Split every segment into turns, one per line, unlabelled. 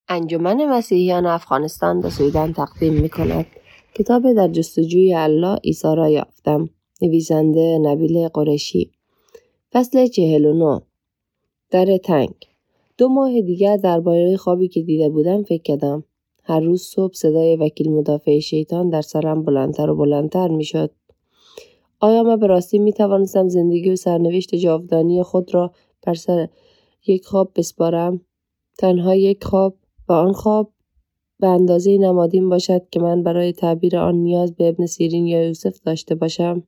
انجمن مسیحیان افغانستان به سویدن تقدیم می‌کند. کتاب در جستجوی الله عیسی را یافتم. نویسنده نبیل قریشی. فصل 49. در تنگ. 2 ماه دیگر درباره خوابی که دیده بودم فکر کردم. هر روز صبح صدای وکیل مدافع شیطان در سرم بلندتر و بلندتر میشد. آیا من به راستی می توانستم زندگی و سرنوشت جاودانی خود را بر سر یک خواب بسپارم؟ تنها یک خواب و آن خواب به اندازه نمادین باشد که من برای تعبیر آن نیاز به ابن سیرین یا یوسف داشته باشم.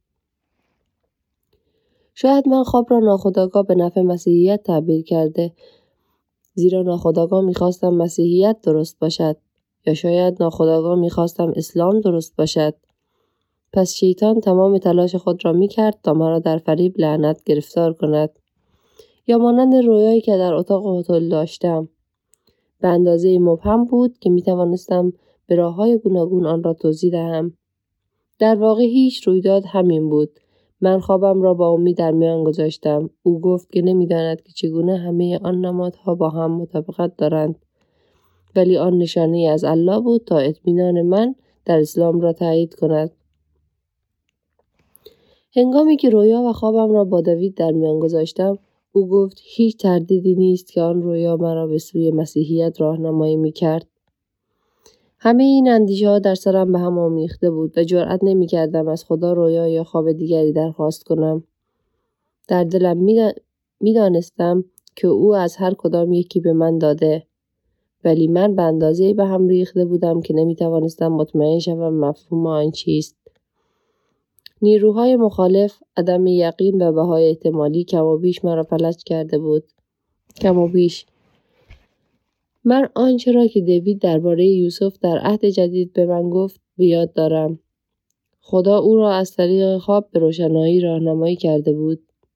شاید من خواب را ناخودآگاه به نفع مسیحیت تعبیر کرده، زیرا ناخودآگاه می‌خواستم مسیحیت درست باشد، یا شاید ناخودآگاه می‌خواستم اسلام درست باشد. پس شیطان تمام تلاش خود را می‌کرد تا مرا در فریب لعنت گرفتار کند. یا مانند رویایی که در اتاق هتل داشتم، به اندازه مبهم بود که می‌توانستم به راه‌های گوناگون آن را توضیح دهم. در واقع هیچ رویداد همین بود. من خوابم را با امید در میان گذاشتم. او گفت که نمی‌داند که چگونه همه آن نمادها با هم مطابقت دارند، ولی آن نشانه از الله بود تا اطمینان من در اسلام را تایید کند. هنگامی که رویا و خوابم را با داوید در میان گذاشتم، او گفت هیچ تردیدی نیست که آن رویا مرا به سوی مسیحیت راهنمایی می‌کرد. همه این اندیشه‌ها در سرم به هم آمیخته بود و جرأت نمی‌کردم از خدا رویا یا خواب دیگری درخواست کنم. در دلم می‌دانستم که او از هر کدام یکی به من داده، ولی من به اندازه‌ای به هم ریخته بودم که نمی‌توانستم مطمئن شوم مفهوم آن چیست. نیروهای مخالف، عدم یقین و بهای احتمالی کم و بیش مرا فلج کرده بود. کم و بیش. من آنچه را که دیوید درباره یوسف در عهد جدید به من گفت به یاد دارم. خدا او را از طریق خواب به روشنایی راهنمایی کرده بود.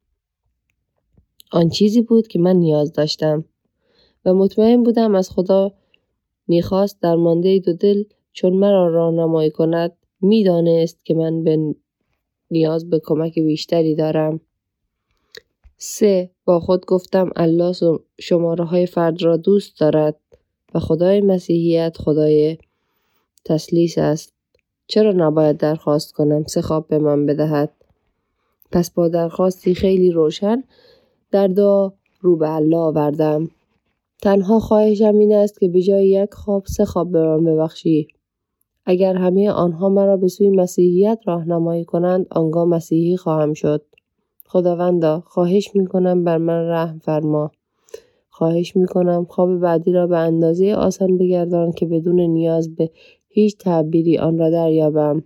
آن چیزی بود که من نیاز داشتم و مطمئن بودم از خدا میخواست در مانده 2 دل چون مرا راهنمایی کند. میدانست که من به نیاز به کمک بیشتری دارم. 3. با خود گفتم الله شماره‌های فرد را دوست دارد و خدای مسیحیت خدای تثلیث است. چرا نباید درخواست کنم 3 خواب به من بدهد؟ پس با درخواستی خیلی روشن در دعا رو به الله آوردم. تنها خواهشم این است که به جای 1 خواب 3 خواب به من ببخشی. اگر همه آنها مرا به سوی مسیحیت راهنمایی کنند، آنگاه مسیحی خواهم شد. خداوندا، خواهش میکنم بر من رحم فرما. خواهش میکنم خواب بعدی را به اندازه آسان بگردان که بدون نیاز به هیچ تعبیری آن را دریابم.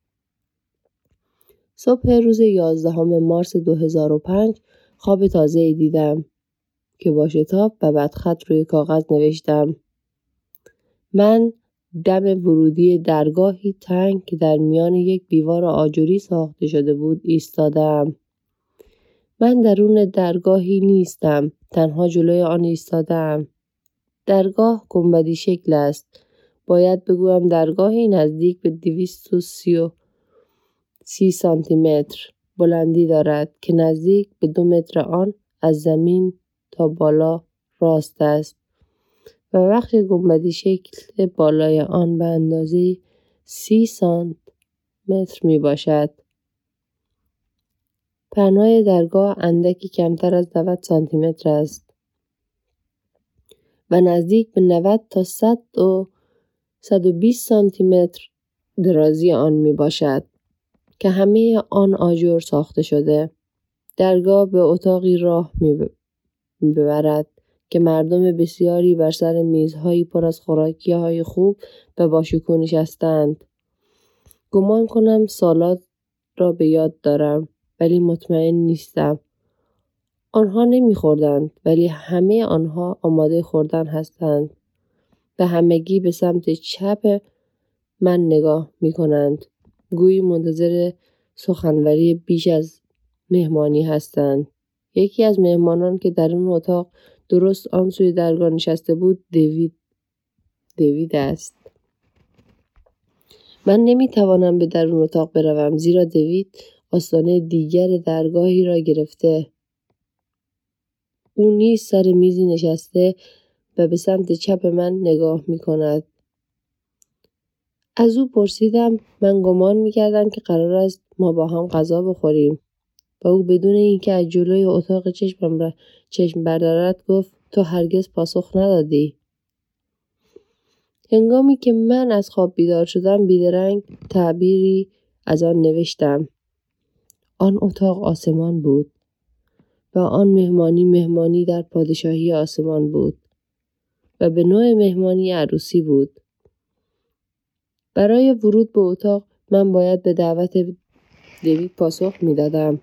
صبح روز 11 مارس 2005 خواب تازه‌ای دیدم که با شتاب و بدخط روی کاغذ نوشتم. من دم ورودی درگاهی تنگ که در میان یک دیوار آجوری ساخته شده بود ایستادم. من درون درگاهی نیستم، تنها جلوی آن ایستادم. درگاه گنبدی شکل است. باید بگویم درگاهی نزدیک به 230 سانتی متر بلندی دارد که نزدیک به 2 متر آن از زمین تا بالا راست است و بخش گنبدی شکل بالای آن به اندازه 30 سانتی متر می باشد. پهنای درگاه اندکی کمتر از 90 سانتی متر است و نزدیک به 90 تا 100 و 120 سانتی متر درازی آن می باشد که همه آن آجر ساخته شده. درگاه به اتاقی راه می ببرد که مردم بسیاری بر سر میزهایی پر از خوراکی‌های خوب و باشکوه نشستند. گمان کنم سالاد را به یاد دارم، ولی مطمئن نیستم. آنها نمی‌خوردند، ولی همه آنها آماده خوردن هستند و همگی به سمت چپ من نگاه می‌کنند. گویی منتظر سخنوری بیش از مهمانی هستند. یکی از مهمانان که در اون اتاق درست آن سوی درگاه نشسته بود دیوید است. من نمی‌توانم به درون اتاق بروم زیرا دیوید آستانه دیگر درگاهی را گرفته. او نیز سر میزی نشسته و به سمت چپ من نگاه می کند. از او پرسیدم من گمان می کردم که قرار است ما با هم غذا بخوریم و او بدون اینکه از جلوی اتاق چشم بردارد گفت تو هرگز پاسخ ندادی. هنگامی که من از خواب بیدار شدم بیدرنگ تعبیری از آن نوشتم. آن اتاق آسمان بود و آن مهمانی در پادشاهی آسمان بود و به نوع مهمانی عروسی بود. برای ورود به اتاق من باید به دعوت دیوید پاسخ میدادم.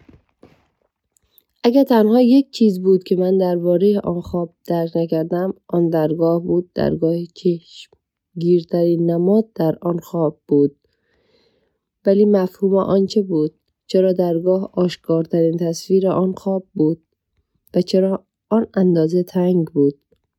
اگر تنها یک چیز بود که من درباره آن خواب درک نکردم آن درگاه بود. درگاه چشم گیرترین نماد در آن خواب بود. ولی مفهوم آن چه بود؟ چرا درگاه آشکارترین تصویر آن خواب بود و چرا آن اندازه تنگ بود؟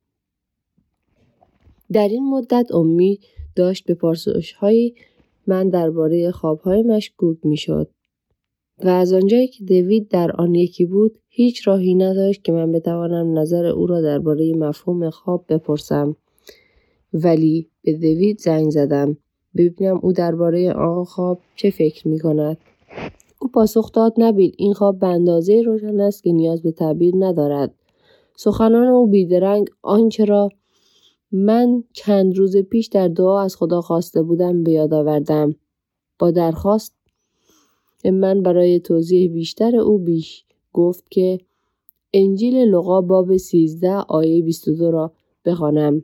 در این مدت امید داشت به پرسش‌های من درباره خواب‌های مشکوک می‌شد و از آنجایی که دیوید در آن یکی بود هیچ راهی نداشت که من بتوانم نظر او را درباره مفهوم خواب بپرسم. ولی به دیوید زنگ زدم ببینم او درباره آن خواب چه فکر می‌کند. او پاسخ داد نبیل این خواب به اندازه روشن است که نیاز به تعبیر ندارد. سخنان او بیدرنگ آنچه را من چند روز پیش در دعا از خدا خواسته بودم به یاد آوردم. با درخواست من برای توضیح بیشتر او گفت که انجیل لوقا باب 13 آیه 22 را بخوانم.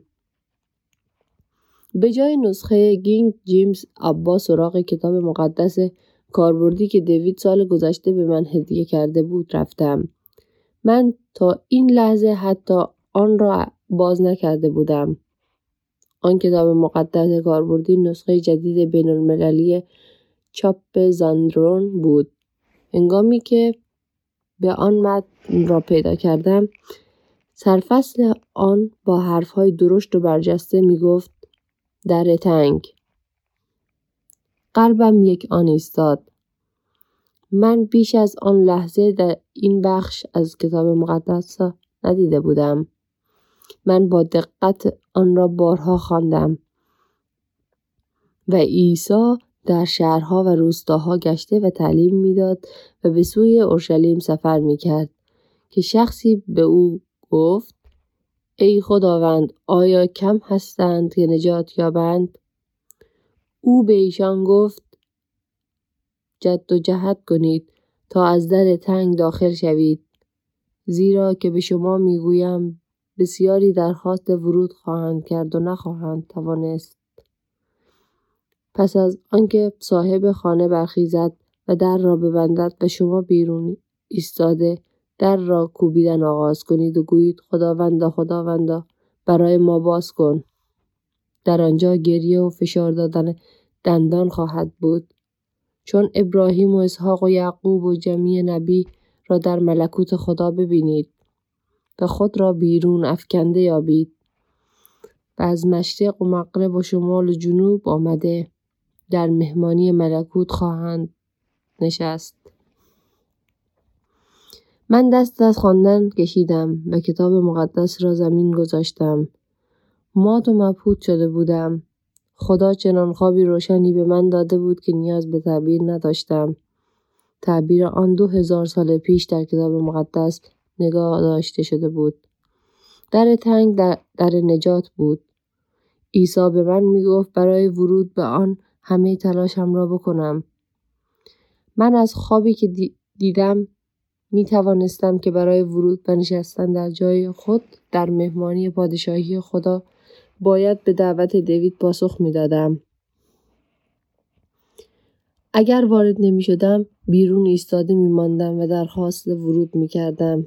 به جای نسخه کینگ جیمز ابا سراغ کتاب مقدس کاربردی که دیوید سال گذشته به من هدیه کرده بود رفتم. من تا این لحظه حتی آن را باز نکرده بودم. آن کتاب مقدس کاربردی نسخه جدید بین المللی چاپ زاندرون بود. هنگامی که به آن متن را پیدا کردم سرفصل آن با حرفهای درشت و برجسته می گفت در تنگ. قلبم یک آن ایستاد. من بیش از آن لحظه در این بخش از کتاب مقدس ندیده بودم. من با دقت آن را بارها خواندم و عیسی در شهرها و روستاها گشته و تعلیم میداد و به سوی اورشلیم سفر میکرد که شخصی به او گفت ای خداوند آیا کم هستند که نجات یابند؟ او به ایشان گفت جد و جهد کنید تا از در تنگ داخل شوید، زیرا که به شما میگویم بسیاری درخواست ورود خواهند کرد و نخواهند توانست. پس از آنکه صاحب خانه برخیزد و در را ببندد و شما بیرون ایستاده در را کوبیدن آغاز کنید و گویید خداوندا خداوندا برای ما باز کن. در آنجا گریه و فشار دادن دندان خواهد بود، چون ابراهیم و اسحاق و یعقوب و جمیع نبی را در ملکوت خدا ببینید و خود را بیرون افکنده یابید و از مشرق و مغرب و شمال و جنوب آمده در مهمانی ملکوت خواهند نشست. من دست از خواندن کشیدم و کتاب مقدس را زمین گذاشتم. مات و مبهوت شده بودم. خدا چنان خوابی روشنی به من داده بود که نیاز به تعبیر نداشتم. تعبیر آن 2000 سال پیش در کتاب مقدس نگاه داشته شده بود. در تنگ در نجات بود. عیسی به من میگفت برای ورود به آن همه تلاشم را بکنم. من از خوابی که دیدم می توانستم که برای ورود و نشستن در جای خود در مهمانی پادشاهی خدا باید به دعوت دیوید پاسخ می دادم. اگر وارد نمی شدم بیرون ایستاده می ماندم و درخواست ورود می کردم.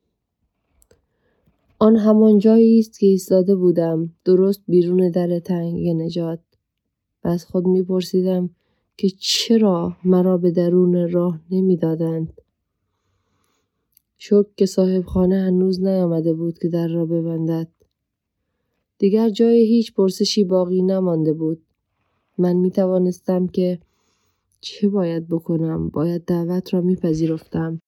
آن همان جایی است که ایستاده بودم، درست بیرون در تنگ نجات. و از خود می پرسیدم که چرا مرا به درون راه نمی دادند. شکر که صاحب خانه هنوز نیامده بود که در را ببندد. دیگر جای هیچ پرسشی باقی نمانده بود. من می توانستم که چه باید بکنم؟ باید دعوت را می پذیرفتم.